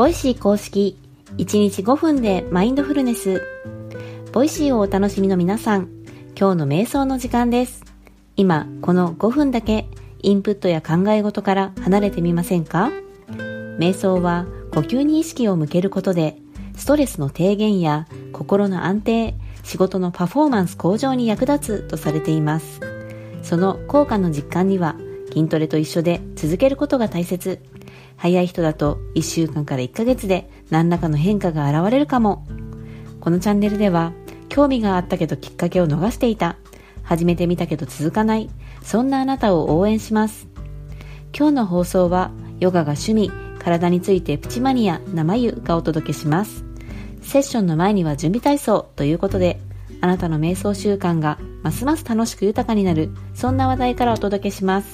ボイシー公式1日5分でマインドフルネス。ボイシーをお楽しみの皆さん、今日の瞑想の時間です。今この5分だけインプットや考え事から離れてみませんか？瞑想は呼吸に意識を向けることでストレスの低減や心の安定、仕事のパフォーマンス向上に役立つとされています。その効果の実感には筋トレと一緒で続けることが大切。早い人だと1週間から1ヶ月で何らかの変化が現れるかも。このチャンネルでは興味があったけどきっかけを逃していた、始めてみたけど続かない、そんなあなたを応援します。今日の放送はヨガが趣味、体についてプチマニア生湯がお届けします。セッションの前には準備体操ということで、あなたの瞑想習慣がますます楽しく豊かになる、そんな話題からお届けします。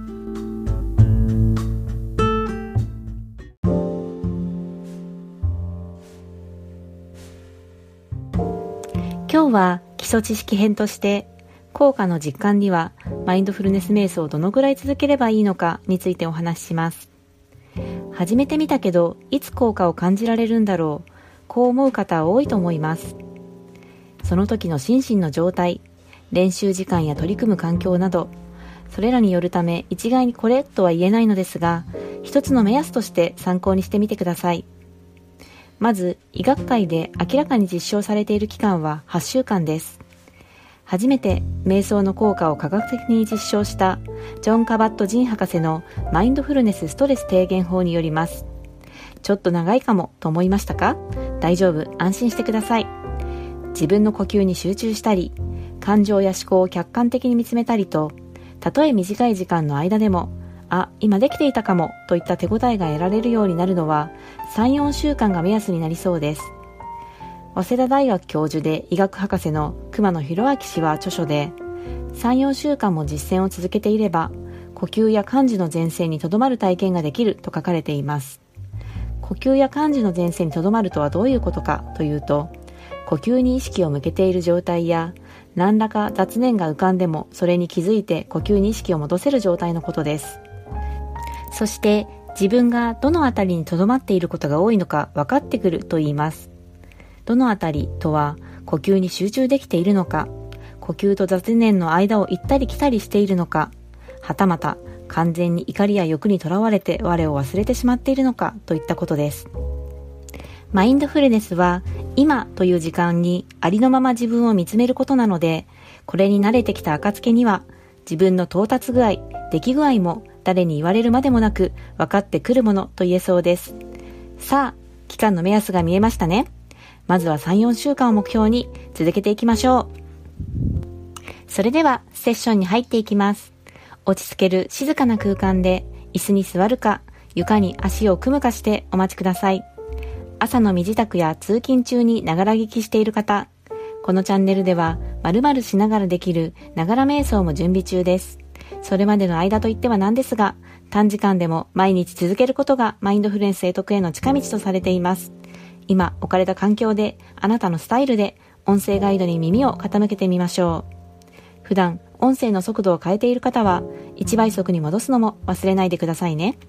今日は基礎知識編として効果の実感にはマインドフルネス瞑想をどのくらい続ければいいのかについてお話しします。始めてみたけどいつ効果を感じられるんだろう、こう思う方は多いと思います。その時の心身の状態、練習時間や取り組む環境など、それらによるため一概にこれとは言えないのですが、一つの目安として参考にしてみてください。まず医学界で明らかに実証されている期間は8週間です。初めて瞑想の効果を科学的に実証したジョン・カバット・ジン博士のマインドフルネスストレス低減法によります。ちょっと長いかもと思いましたか？大丈夫、安心してください。自分の呼吸に集中したり、感情や思考を客観的に見つめたりと、たとえ短い時間の間でも今できていたかもといった手応えが得られるようになるのは 3,4 週間が目安になりそうです。早稲田大学教授で医学博士の熊野博明氏は著書で、 3,4 週間も実践を続けていれば呼吸や感受の前線にとどまる体験ができると書かれています。呼吸や感受の前線にとどまるとはどういうことかというと、呼吸に意識を向けている状態や何らか雑念が浮かんでもそれに気づいて呼吸に意識を戻せる状態のことです。そして自分がどのあたりにとどまっていることが多いのか分かってくると言います。どのあたりとは、呼吸に集中できているのか、呼吸と雑念の間を行ったり来たりしているのか、はたまた完全に怒りや欲にとらわれて我を忘れてしまっているのかといったことです。マインドフルネスは今という時間にありのまま自分を見つめることなので、これに慣れてきた暁には自分の到達具合、出来具合も誰に言われるまでもなく分かってくるものと言えそうです。さあ、期間の目安が見えましたね。まずは 3,4 週間を目標に続けていきましょう。それではセッションに入っていきます。落ち着ける静かな空間で椅子に座るか床に足を組むかしてお待ちください。朝の身支度や通勤中にながら聞きしている方、このチャンネルでは〇〇しながらできるながら瞑想も準備中です。それまでの間といってはなんですが、短時間でも毎日続けることがマインドフルネス習得への近道とされています。今置かれた環境であなたのスタイルで音声ガイドに耳を傾けてみましょう。普段音声の速度を変えている方は1倍速に戻すのも忘れないでくださいね。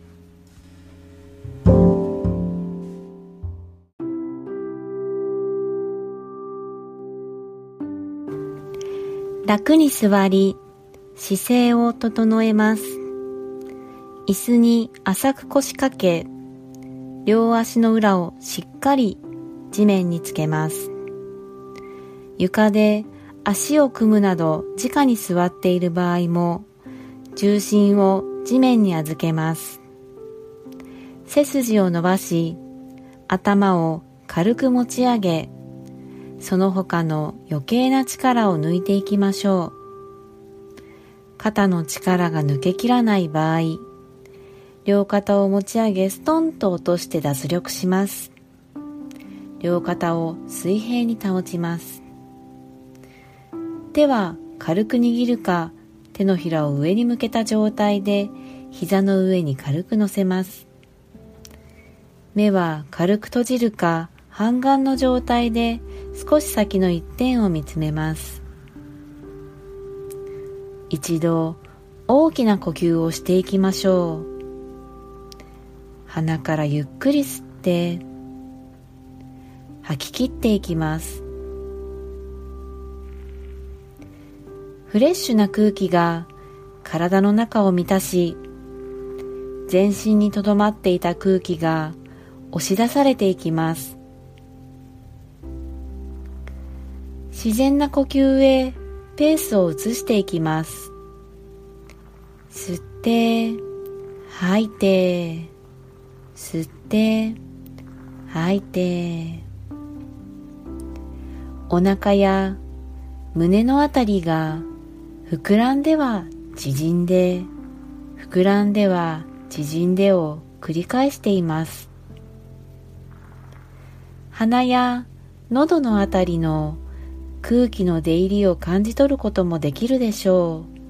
楽に座り、姿勢を整えます。椅子に浅く腰掛け、両足の裏をしっかり地面につけます。床で足を組むなど直に座っている場合も重心を地面に預けます。背筋を伸ばし、頭を軽く持ち上げ、その他の余計な力を抜いていきましょう。肩の力が抜けきらない場合、両肩を持ち上げストンと落として脱力します。両肩を水平に保ちます。手は軽く握るか、手のひらを上に向けた状態で膝の上に軽く乗せます。目は軽く閉じるか、半眼の状態で少し先の一点を見つめます。一度大きな呼吸をしていきましょう。鼻からゆっくり吸っって吐き切っていきます。フレッシュな空気が体の中を満たし、全身にとどまっていた空気が押し出されていきます。自然な呼吸へペースを移していきます。吸って吐いて、吸って吐いて、お腹や胸のあたりが膨らんでは縮んで、膨らんでは縮んでを繰り返しています。鼻や喉のあたりの空気の出入りを感じ取ることもできるでしょう。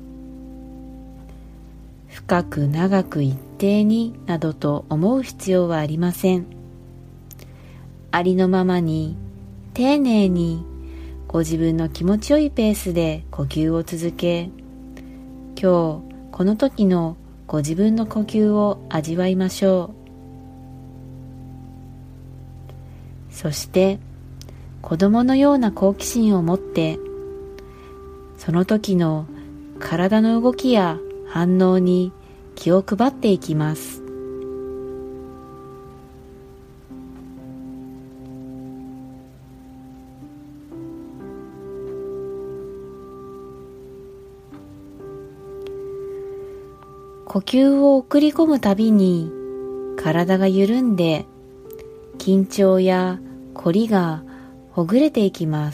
深く長く一定になどと思う必要はありません。ありのままに丁寧にご自分の気持ちよいペースで呼吸を続け、今日この時のご自分の呼吸を味わいましょう。そして子供のような好奇心を持って、その時の体の動きや反応に気を配っていきます。呼吸を送り込むたびに体が緩んで、緊張やこりがほぐれていきます。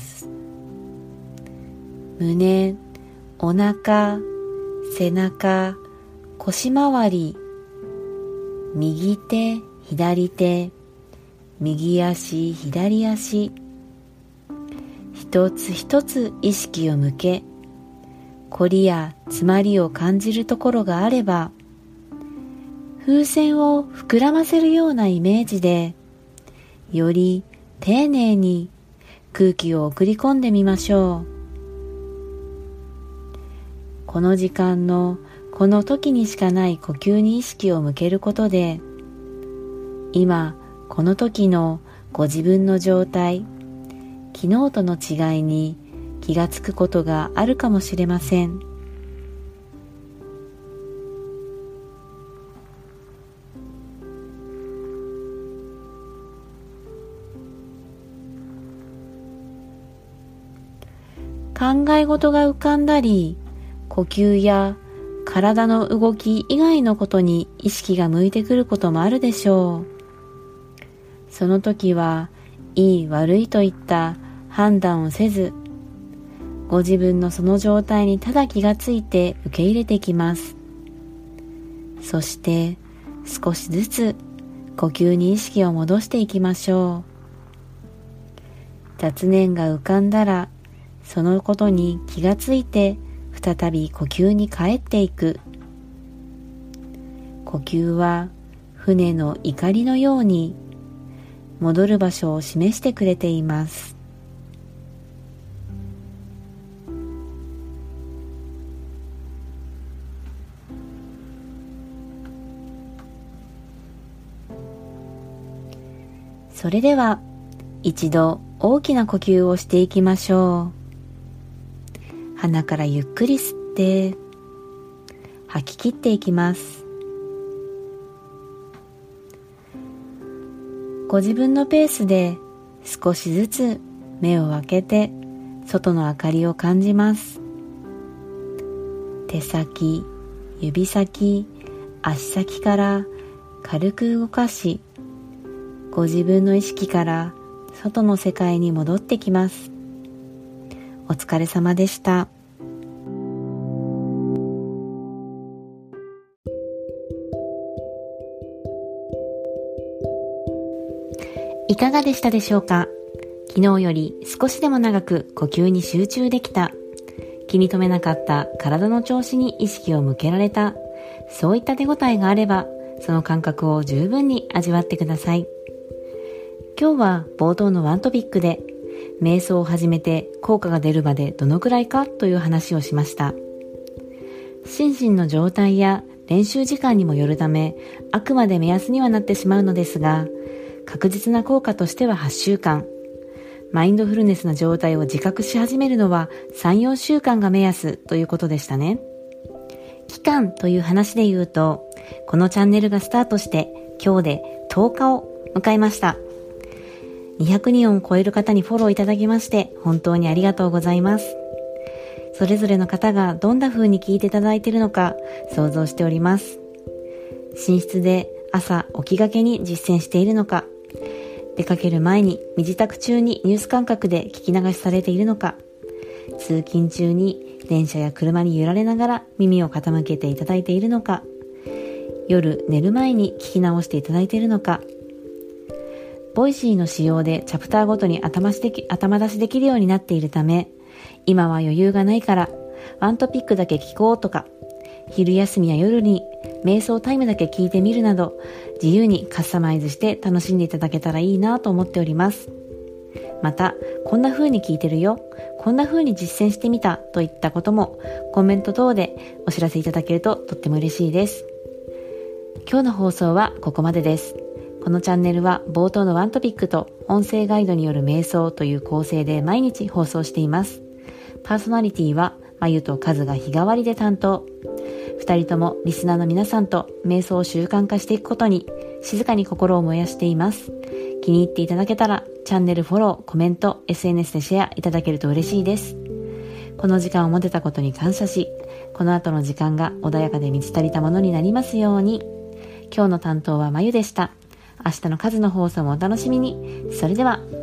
胸、お腹、背中、腰回り、右手、左手、右足、左足、一つ一つ意識を向け、こりや詰まりを感じるところがあれば、風船を膨らませるようなイメージで、より丁寧に空気を送り込んでみましょう。この時間のこの時にしかない呼吸に意識を向けることで、今この時のご自分の状態、昨日との違いに気がつくことがあるかもしれません。考え事が浮かんだり、呼吸や体の動き以外のことに意識が向いてくることもあるでしょう。その時は、いい悪いといった判断をせず、ご自分のその状態にただ気がついて受け入れてきます。そして少しずつ呼吸に意識を戻していきましょう。雑念が浮かんだら、そのことに気がついて再び呼吸に帰っていく。呼吸は船の怒りのように戻る場所を示してくれています。それでは一度大きな呼吸をしていきましょう。鼻からゆっくり吸って吐き切っていきます。ご自分のペースで少しずつ目を開けて外の明かりを感じます。手先、指先、足先から軽く動かし、ご自分の意識から外の世界に戻ってきます。お疲れ様でした。いかがでしたでしょうか？昨日より少しでも長く呼吸に集中できた、気に留めなかった体の調子に意識を向けられた、そういった手応えがあれば、その感覚を十分に味わってください。今日は冒頭のワントピックで、瞑想を始めて効果が出るまでどのくらいかという話をしました。心身の状態や練習時間にもよるため、あくまで目安にはなってしまうのですが、 確実な効果としては8週間。マインドフルネスの状態を自覚し始めるのは3、4週間が目安ということでしたね。期間という話で言うと、このチャンネルがスタートして今日で10日を迎えました。200人を超える方にフォローいただきまして本当にありがとうございます。それぞれの方がどんな風に聞いていただいているのか想像しております。寝室で朝起きがけに実践しているのか、出かける前に身支度中にニュース感覚で聞き流しされているのか、通勤中に電車や車に揺られながら耳を傾けていただいているのか、夜寝る前に聞き直していただいているのか、ボイシーの仕様でチャプターごとに頭出しできるようになっているため、今は余裕がないからワントピックだけ聞こうとか、昼休みや夜に瞑想タイムだけ聞いてみるなど、自由にカスタマイズして楽しんでいただけたらいいなと思っております。また、こんな風に聞いてるよ、こんな風に実践してみたといったこともコメント等でお知らせいただけるととっても嬉しいです。今日の放送はここまでです。このチャンネルは冒頭のワントピックと音声ガイドによる瞑想という構成で毎日放送しています。パーソナリティはまゆとかずが日替わりで担当。2人ともリスナーの皆さんと瞑想を習慣化していくことに静かに心を燃やしています。気に入っていただけたらチャンネルフォロー、コメント、SNS でシェアいただけると嬉しいです。この時間を持てたことに感謝し、この後の時間が穏やかで満ち足りたものになりますように。今日の担当はまゆでした。明日のかずの放送もお楽しみに。それでは。